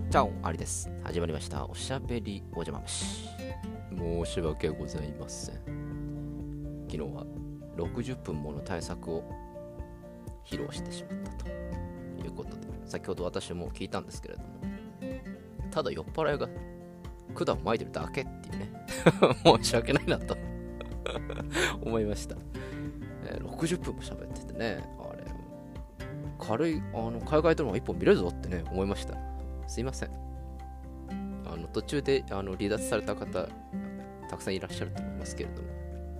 チャオありです。始まりましたおしゃべりおじゃま虫。申し訳ございません。昨日は60分もの対策を披露してしまったということで、先ほど私も聞いたんですけれども、ただ酔っ払いが管を巻いてるだけっていうね申し訳ないなと思いました。60分も喋っててね、あれ軽い海外ドラマ一本見れるぞってね思いました。すいません。途中で離脱された方たくさんいらっしゃると思いますけれども、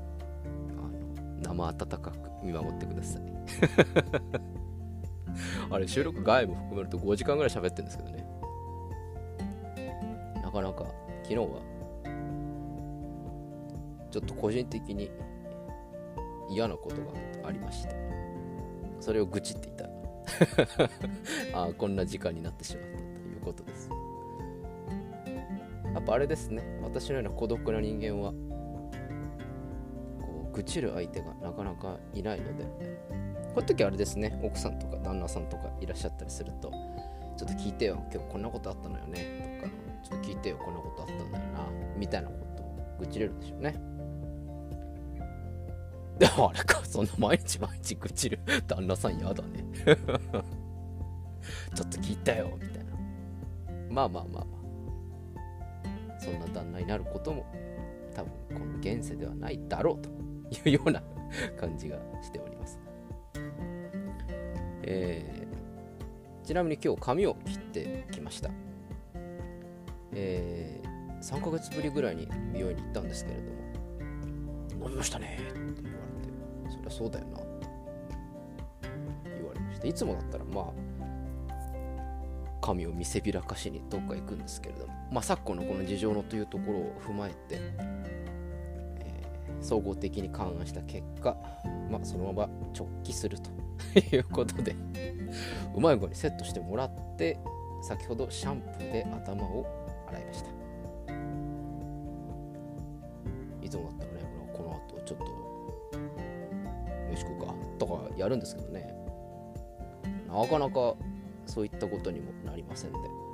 生温かく見守ってくださいあれ収録外も含めると5時間ぐらい喋ってるんですけどね、なかなか昨日はちょっと個人的に嫌なことがありまして、それを愚痴っていたらこんな時間になってしまったということです。やっぱあれですね、私のような孤独な人間はこう愚痴る相手がなかなかいないので、こういう時あれですね、奥さんとか旦那さんとかいらっしゃったりすると、ちょっと聞いてよ、今日こんなことあったのよねとか、ちょっと聞いてよ、こんなことあったんだよなみたいなことを愚痴れるんでしょうね。でもあれか、そんな毎日愚痴る旦那さんやだねちょっと聞いたよみたいな、まあそんな旦那になることも多分この現世ではないだろうというような感じがしております。ちなみに今日髪を切ってきました。3ヶ月ぶりぐらいに美容院に行ったんですけれども、飲みましたねって言われて、そりゃそうだよなって言われました。いつもだったら髪を見せびらかしにどっか行くんですけれども、昨今のこの事情のというところを踏まえて、総合的に勘案した結果、そのまま直帰するということでうまい具合にセットしてもらって、先ほどシャンプーで頭を洗いました。いつもだったらね、この後ちょっと飯食うかとかやるんですけどね、なかなかそういったことにもなりません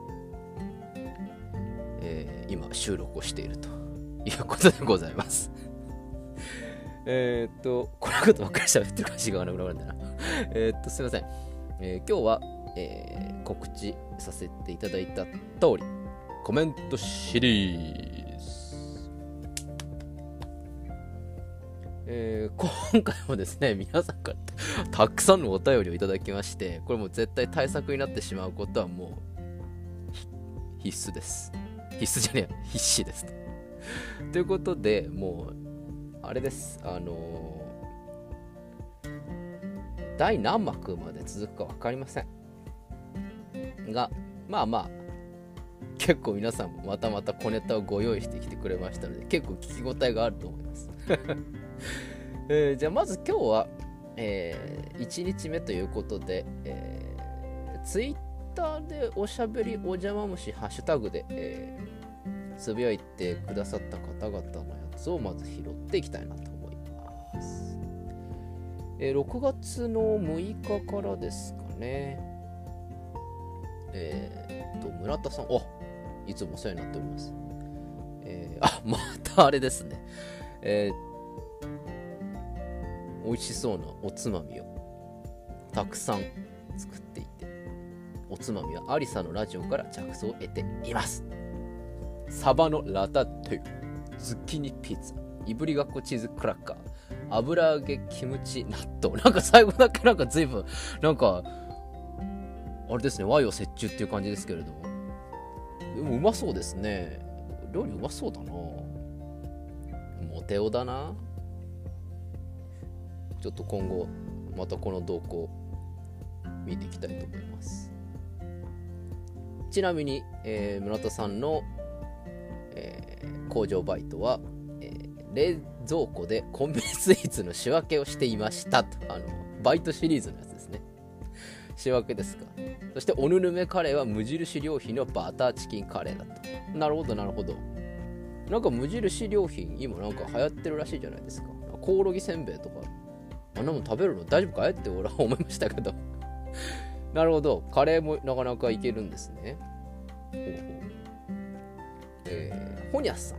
で、今収録をしているということでございますこれのことばっかり喋ってるから時間がなくなるんだなすいません。今日は、告知させていただいた通り、コメントシリーズ、今回もですね、皆さんからたくさんのお便りをいただきまして、これもう絶対対策になってしまうことはもう必須です。必須じゃねえ、必死ですということで、もうあれです、第何幕まで続くか分かりませんが、結構皆さんもまた小ネタをご用意してきてくれましたので、結構聞き応えがあると思いますじゃあまず今日は、1日目ということで、ツイッターでおしゃべりおじゃま虫ハッシュタグで、つぶやいてくださった方々のやつをまず拾っていきたいなと思います。6月の6日からですかね。村田さん、いつもお世話になっております。またあれですね。美味しそうなおつまみをたくさん作っていて、おつまみはアリサのラジオから着想を得ています。サバのラタトゥ、ズッキーニピザ、いぶりがっこチーズクラッカー、油揚げキムチ納豆、なんか最後だけなんか随分なんかあれですね、和洋折衷っていう感じですけれども、でもうまそうですね。料理うまそうだな。モテオだな。ちょっと今後またこの動向見ていきたいと思います。ちなみに、村田さんの、工場バイトは、冷蔵庫でコンビニスイーツの仕分けをしていましたと。バイトシリーズのやつですね。仕分けですか。そしておぬるめカレーは無印良品のバターチキンカレーだと。なるほど。なんか無印良品今なんか流行ってるらしいじゃないですか。コオロギせんべいとかあんなもん食べるの大丈夫かいって俺は思いましたけどなるほど、カレーもなかなかいけるんですね。 ホニャスさん、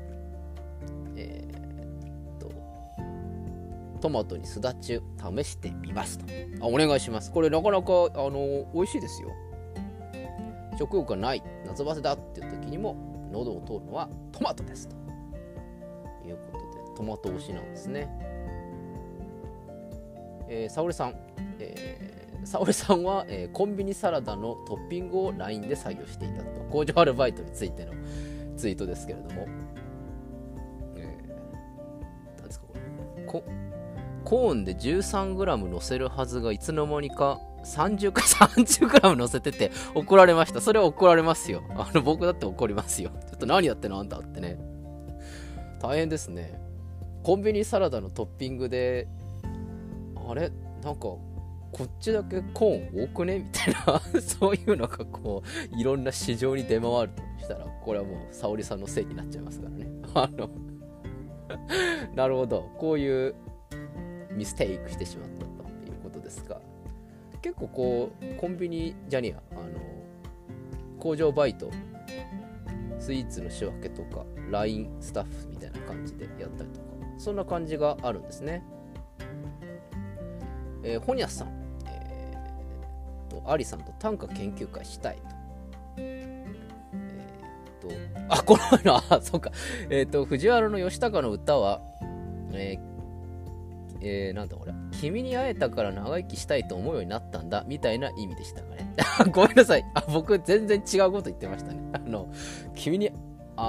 トマトにすだち試してみますと。お願いします。これなかなか美味しいですよ。食欲がない、夏バテだっていう時にも喉を通るのはトマトですということで、トマト推しなんですね。沙織さん、沙織さんは、コンビニサラダのトッピングを LINE で作業していたと。工場アルバイトについてのツイートですけれども、何ですかこれ、コーンで 13g 乗せるはずがいつの間にか 30g 乗せてて怒られました。それは怒られますよ。僕だって怒りますよ。ちょっと何やってんのあんたってね。大変ですね。コンビニサラダのトッピングであれなんかこっちだけコーン多くねみたいなそういうのがこういろんな市場に出回るとしたら、これはもう沙織さんのせいになっちゃいますからね。なるほど、こういうミステイクしてしまったということですが、結構こうコンビニじゃねえや工場バイト、スイーツの仕分けとか LINE スタッフみたいな感じでやったりとか、そんな感じがあるんですね。ホニャスさん、アリさんと短歌研究会したいと。この前のそうか、藤原の義高の歌は、なんだこれ、君に会えたから長生きしたいと思うようになったんだみたいな意味でしたかね。ごめんなさい、僕全然違うこと言ってましたね。君に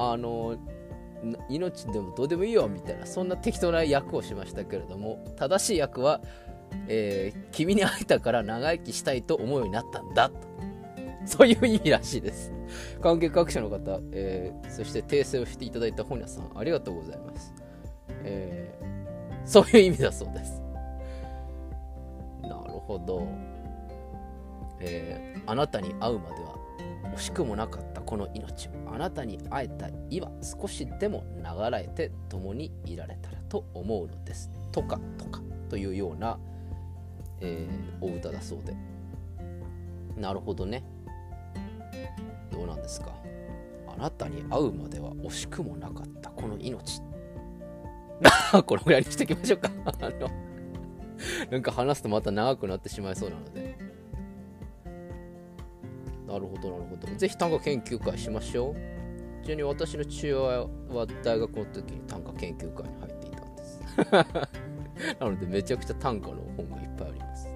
命でもどうでもいいよみたいな、そんな適当な役をしましたけれども、正しい役は、君に会えたから長生きしたいと思うようになったんだと、そういう意味らしいです。関係各社の方、そして訂正をしていただいた本屋さん、ありがとうございます。そういう意味だそうです。なるほど。あなたに会うまでは惜しくもなかったこの命を、あなたに会えた今少しでも流れて共にいられたらと思うのですとかというような、お歌だそうで、なるほどね。どうなんですか。あなたに会うまでは惜しくもなかったこの命このぐらいにしておきましょうかなんか話すとまた長くなってしまいそうなので。なるほどなるほど。ぜひ短歌研究会しましょう。ちなみに私の父親は大学の時に短歌研究会に入っていたんですなのでめちゃくちゃ短歌の本がいっぱいあります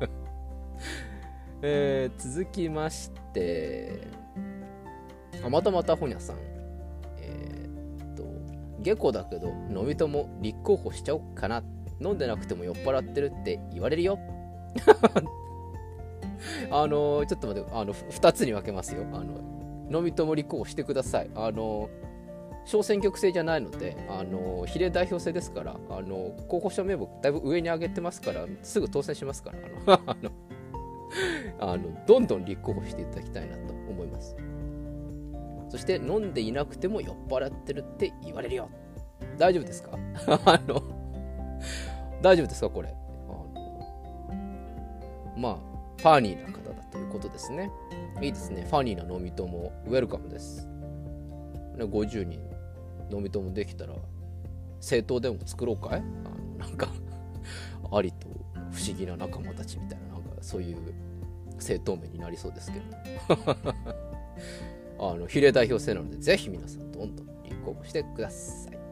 続きまして、またホニャさん、下戸だけど飲みとも立候補しちゃおうかな、飲んでなくても酔っ払ってるって言われるよちょっと待って、2つに分けますよ。飲みとも立候補してください。小選挙区制じゃないので、比例代表制ですから、候補者名簿だいぶ上に上げてますから、すぐ当選しますからどんどん立候補していただきたいなと思います。そして飲んでいなくても酔っ払ってるって言われるよ。大丈夫ですか大丈夫ですかこれ。まあファニーな方だということですね。いいですね。ファニーな飲み友ウェルカムです。50人飲み友できたら政党でも作ろうかい。なんかありと不思議な仲間たちみたいな、なんかそういう政党名になりそうですけれど比例代表制なので、ぜひ皆さんどんどん立候補してください。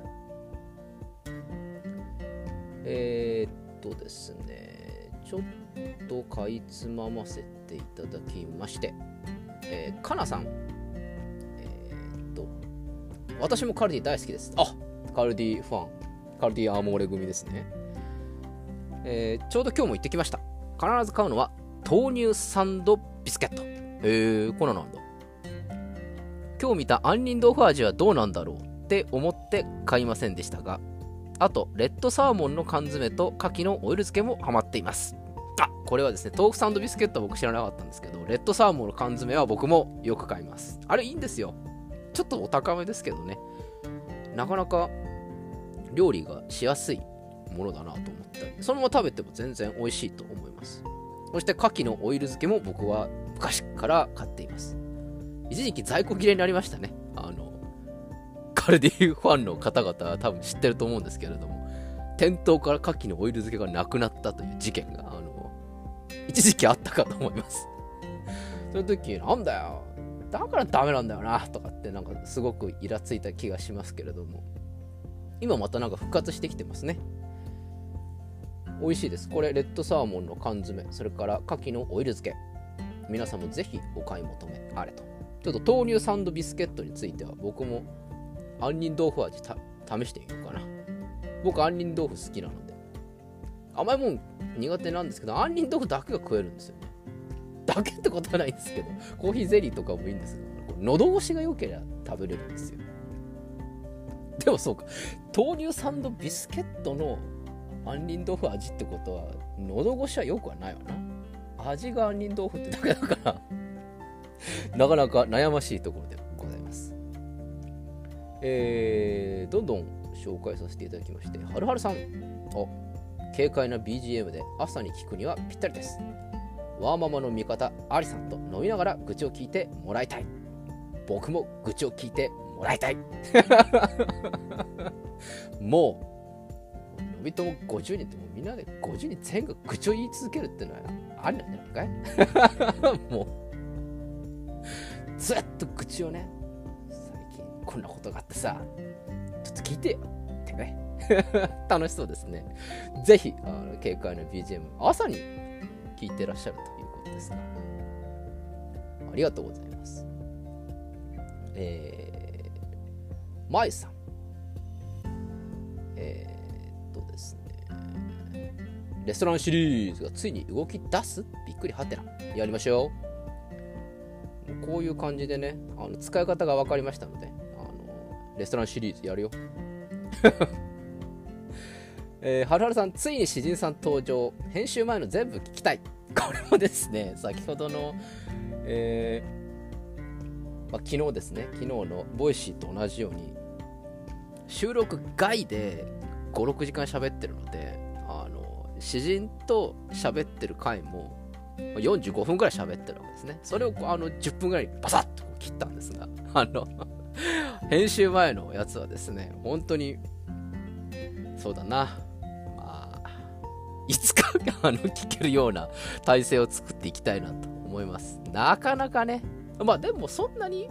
ですね、ちょっとかいつまませていただきまして、かなさん、私もカルディ大好きです。カルディファン、カルディアーモーレ組ですね。ちょうど今日も行ってきました。必ず買うのは豆乳サンドビスケット。こんなのなんだ。今日見た杏仁豆腐味はどうなんだろうって思って買いませんでしたが、あとレッドサーモンの缶詰と牡蠣のオイル漬けもハマっています。これはですね、豆腐サンドビスケットは僕知らなかったんですけど、レッドサーモンの缶詰は僕もよく買います。あれいいんですよ。ちょっとお高めですけどね、なかなか料理がしやすいものだなと思ったり、そのまま食べても全然美味しいと思います。そして牡蠣のオイル漬けも僕は昔から買っています。 一時期在庫切れになりましたね。カルディファンの方々は多分知ってると思うんですけれども、店頭から牡蠣のオイル漬けがなくなったという事件が一時期あったかと思います。その時なんだよ、だからダメなんだよなとかってなんかすごくイラついた気がしますけれども、今またなんか復活してきてますね。美味しいです。これレッドサーモンの缶詰、それから牡蠣のオイル漬け、皆さんもぜひお買い求めあれと。ちょっと豆乳サンドビスケットについては僕も杏仁豆腐味試してみようかな。僕杏仁豆腐好きなので、甘いもん苦手なんですけど、杏仁豆腐だけが食えるんですよね。だけってことはないんですけど、コーヒーゼリーとかもいいんですけど、喉越しが良ければ食べれるんですよ。でもそうか、豆乳サンドビスケットの杏仁豆腐味ってことは喉越しは良くはないわな。味が杏仁豆腐ってだけだからなかなか悩ましいところでございます。どんどん紹介させていただきまして、はるはるさん、軽快な BGM で朝に聞くにはぴったりです。ワーママの味方アリさんと飲みながら愚痴を聞いてもらいたい。僕も愚痴を聞いてもらいたいもうのびとも50人ってもうみんなで50人全員が愚痴を言い続けるってのはありなんじゃないかいもうずっと愚痴をね、最近こんなことがあってさ、ちょっと聞いてよってね楽しそうですね。ぜひ軽快な BGM 朝に聞いてらっしゃるということですが、ありがとうございます。まいさん、ですね、レストランシリーズがついに動き出す？びっくりはてな。やりましょう。こういう感じでね、使い方が分かりましたので、レストランシリーズやるよはるはるさん、ついに詩人さん登場。編集前の全部聞きたい。これもですね、先ほどの、昨日ですね、昨日のボイシーと同じように収録外で5、6時間喋ってるので、詩人と喋ってる回も45分ぐらい喋ってるわけですね。それを10分ぐらいにバサッと切ったんですが、編集前のやつはですね、本当にそうだな、いつか聞けるような体制を作っていきたいなと思います。なかなかね、でもそんなに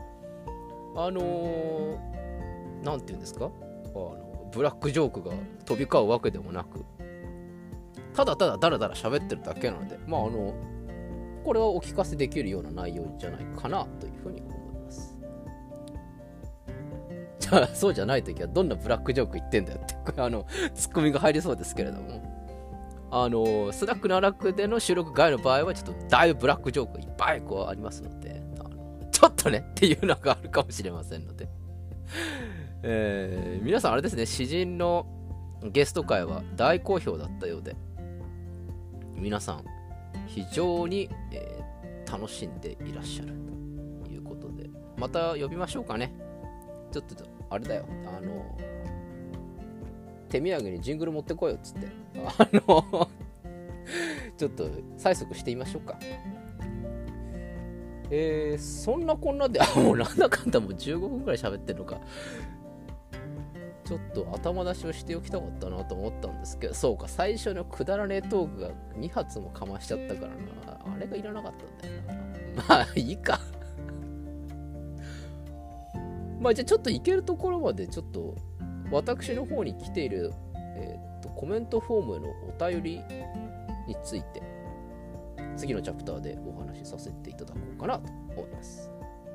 なんていうんですか、ブラックジョークが飛び交うわけでもなく、ただただダラダラ喋ってるだけなので、これはお聞かせできるような内容じゃないかなというふうに思います。じゃあそうじゃないときはどんなブラックジョーク言ってんだよってツッコミが入りそうですけれども、スナックの楽での収録外の場合はちょっとだいぶブラックジョークがいっぱいありますので、ちょっとねっていうのがあるかもしれませんので皆さんあれですね、詩人のゲスト会は大好評だったようで、皆さん非常に、楽しんでいらっしゃるということで、また呼びましょうかね。ちょっとあれだよ、手土産にジングル持ってこいよっつってちょっと催促してみましょうか。そんなこんなでもうなんだかんだもう15分ぐらい喋ってるのか。ちょっと頭出しをしておきたかったなと思ったんですけど、そうか、最初のくだらねえトークが2発もかましちゃったからな、あれがいらなかったんだよな。いいかじゃあちょっといけるところまでちょっと私の方に来ている、コメントフォームへのお便りについて次のチャプターでお話しさせていただこうかなと思います。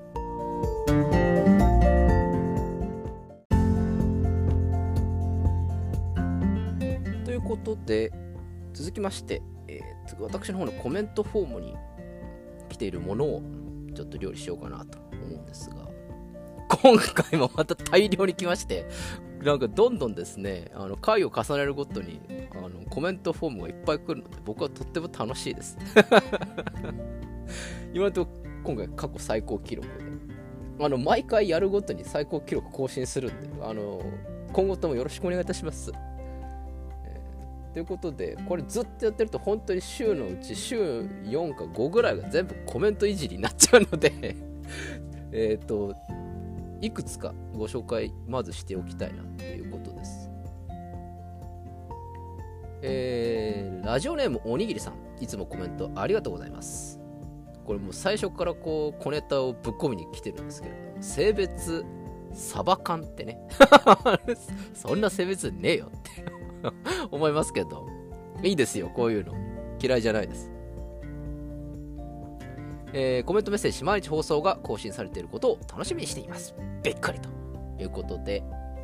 ということで、続きまして、私の方のコメントフォームに来ているものをちょっと料理しようかなと思うんですが、今回もまた大量に来まして、なんかどんどんですね、回を重ねるごとにコメントフォームがいっぱい来るので、僕はとっても楽しいです今のところ今回過去最高記録で、毎回やるごとに最高記録更新するんで、今後ともよろしくお願いいたします。ということで、これずっとやってると本当に週のうち週4か5ぐらいが全部コメントいじりになっちゃうのでいくつかご紹介まずしておきたいなということです。ラジオネームおにぎりさん、いつもコメントありがとうございます。これもう最初からこう小ネタをぶっ込みに来てるんですけれども、性別サバ缶ってねそんな性別ねえよって思いますけど、いいですよ、こういうの嫌いじゃないです。コメントメッセージ、毎日放送が更新されていることを楽しみにしています。びっくりということで、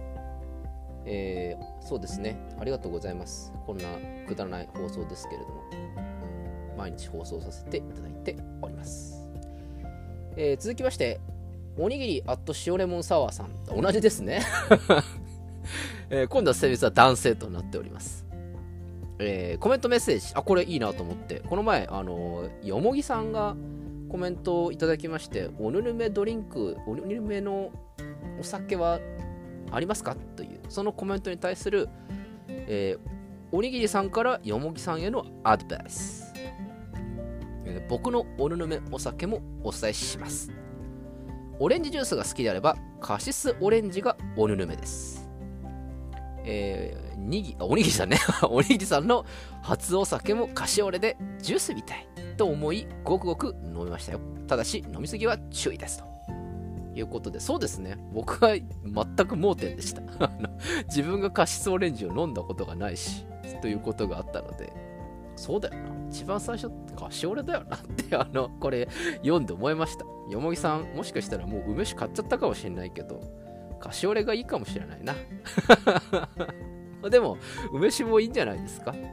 そうですね、ありがとうございます。こんなくだらない放送ですけれども、毎日放送させていただいております。続きまして、おにぎり塩レモンサワーさん、同じですね、今度は性別は男性となっております。コメントメッセージ、これいいなと思って、この前よもぎさんがコメントをいただきまして、おぬるめドリンク、おぬるめのお酒はありますかというそのコメントに対する、おにぎりさんからよもぎさんへのアドバイス、僕のおぬるめお酒もお伝えします。オレンジジュースが好きであればカシスオレンジがおぬるめです。おにぎりさんねおにぎりさんの初お酒もカシオレでジュースみたいと思い、ごくごく飲みましたよ。ただし飲みすぎは注意ですということで、そうですね、僕は全く盲点でした自分がカシスオレンジを飲んだことがないしということがあったので、そうだよな、一番最初ってカシオレだよなってこれ読んで思いました。よもぎさん、もしかしたらもう梅酒買っちゃったかもしれないけど、カシオレがいいかもしれないなでも梅酒もいいんじゃないですか。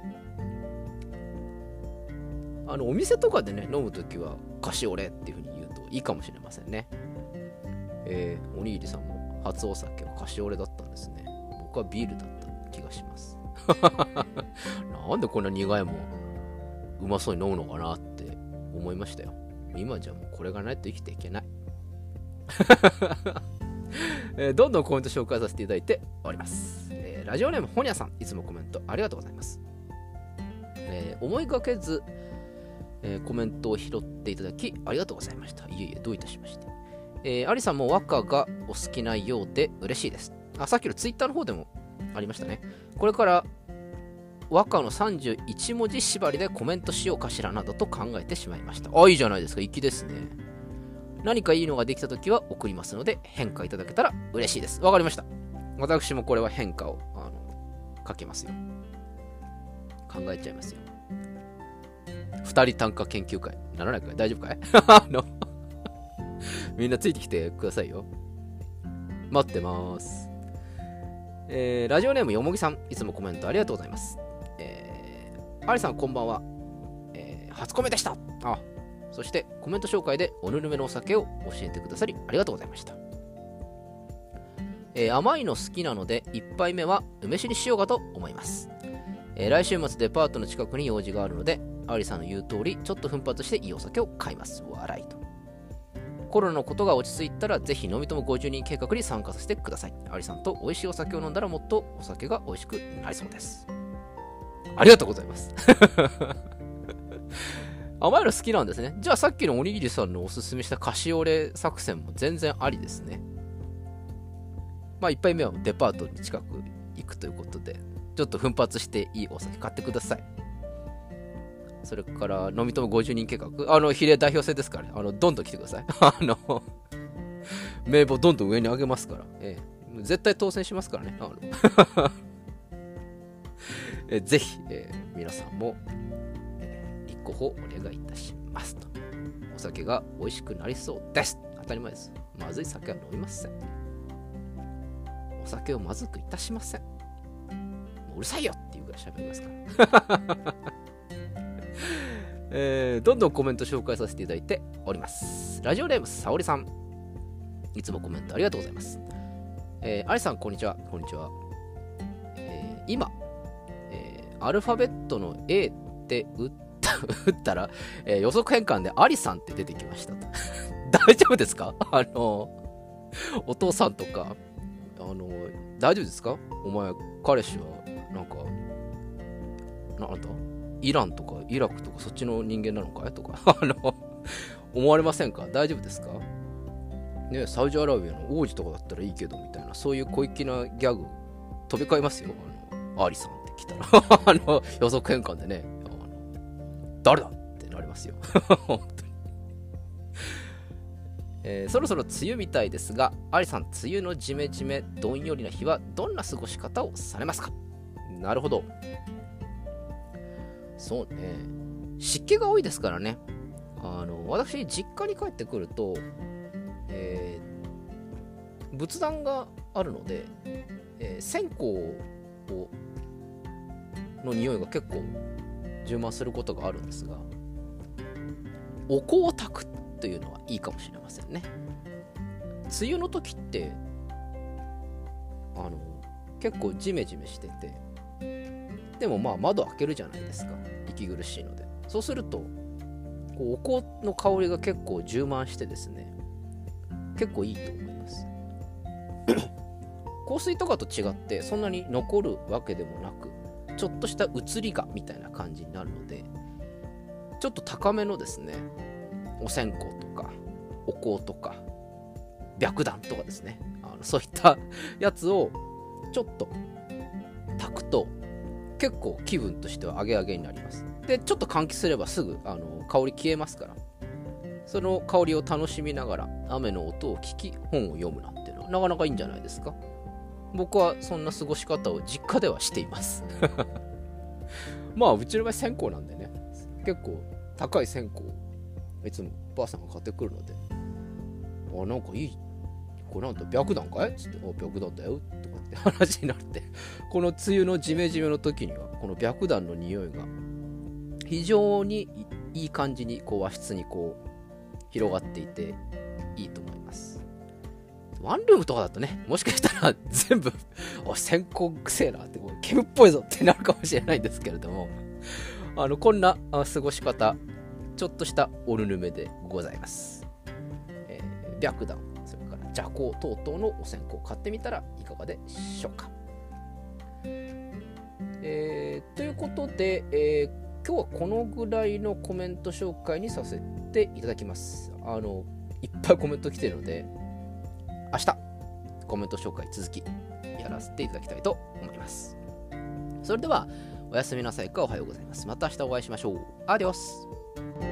お店とかでね、飲むときはカシオレっていう風に言うといいかもしれませんね。おにぎりさんも初お酒はカシオレだったんですね。僕はビールだった気がしますなんでこんな苦いもんうまそうに飲むのかなって思いましたよ。今じゃもうこれがないと生きていけないどんどんコメント紹介させていただいております。ラジオネームほにゃさん、いつもコメントありがとうございます。思いがけず、コメントを拾っていただきありがとうございました。いえいえ、どういたしまして。アリさんも和歌がお好きなようで嬉しいです。さっきのツイッターの方でもありましたね。これから和歌の31文字縛りでコメントしようかしらなどと考えてしまいました。いいじゃないですか、粋ですね。何かいいのができたときは送りますので、変化いただけたら嬉しいです。わかりました。私もこれは変化をかけますよ。考えちゃいますよ。二人短歌研究会ならないかい？大丈夫かいみんなついてきてくださいよ。待ってます。ラジオネームよもぎさん、いつもコメントありがとうございます。アリさんこんばんは。初コメでした。そしてコメント紹介でおぬるめのお酒を教えてくださりありがとうございました。甘いの好きなので1杯目は梅酒にしようかと思います。来週末デパートの近くに用事があるので、アリさんの言う通りちょっと奮発していいお酒を買います。笑いと。コロナのことが落ち着いたらぜひ飲み友50人計画に参加させてください。アリさんと美味しいお酒を飲んだらもっとお酒が美味しくなりそうです。ありがとうございます甘いの好きなんですね。じゃあさっきのおにぎりさんのおすすめしたカシオレ作戦も全然ありですね。1杯目はデパートに近く行くということで、ちょっと奮発していいお酒買ってください。それから飲み友50人計画、比例代表制ですから、どんどん来てください名簿どんどん上に上げますから、絶対当選しますからねぜひ、皆さんも、立候補お願いいたしますと。お酒が美味しくなりそうです。当たり前です。まずい酒は飲みません。お酒をまずくいたしません。もううるさいよっていうぐらい喋りますからどんどんコメント紹介させていただいております。ラジオネームさおりさん、いつもコメントありがとうございます。アリさんこんにちは。こんにちは。今、アルファベットの A って打ったら、予測変換でアリさんって出てきました大丈夫ですか？お父さんとか大丈夫ですか？お前彼氏はなんだイランとかイラクとかそっちの人間なのかいとか思われませんか？大丈夫ですか？ ね、サウジアラビアの王子とかだったらいいけどみたいな、そういう小粋なギャグ飛び交いますよ。アリさんって来たら予測変換でね、誰だってなりますよ本当に。そろそろ梅雨みたいですが、アリさん、梅雨のジメジメどんよりな日はどんな過ごし方をされますか？なるほど。そうね、湿気が多いですからね。私実家に帰ってくると、仏壇があるので、線香の匂いが結構充満することがあるんですが、お香を焚くというのはいいかもしれませんね。梅雨の時って結構ジメジメしてて、でもまあ窓開けるじゃないですか、息苦しいので。そうするとこうお香の香りが結構充満してですね、結構いいと思います香水とかと違ってそんなに残るわけでもなく、ちょっとした移りがみたいな感じになるので、ちょっと高めのですね、お線香とかお香とか白檀とかですね、そういったやつをちょっと焚くと結構気分としてはアゲアゲになります。でちょっと換気すればすぐ香り消えますから、その香りを楽しみながら雨の音を聞き本を読むなんていうのはなかなかいいんじゃないですか。僕はそんな過ごし方を実家ではしていますまあうちの場合線香なんでね、結構高い線香いつもばあさんが買ってくるので、なんかいい、これなんと白檀かいっつって、白檀だよとかって話になって、この梅雨のジメジメの時にはこの白檀の匂いが非常にいい感じにこう和室にこう広がっていていいと思います。ワンルームとかだとね、もしかしたら全部線香くせえなって、煙っぽいぞってなるかもしれないんですけれども、こんな過ごし方、ちょっとしたおぬるめでございます。白檀、それから麝香等々のお線香を買ってみたらいかがでしょうか。ということで、今日はこのぐらいのコメント紹介にさせていただきます。いっぱいコメント来てるので、明日コメント紹介続きやらせていただきたいと思います。それではおやすみなさいかおはようございます。また明日お会いしましょう。アディオス。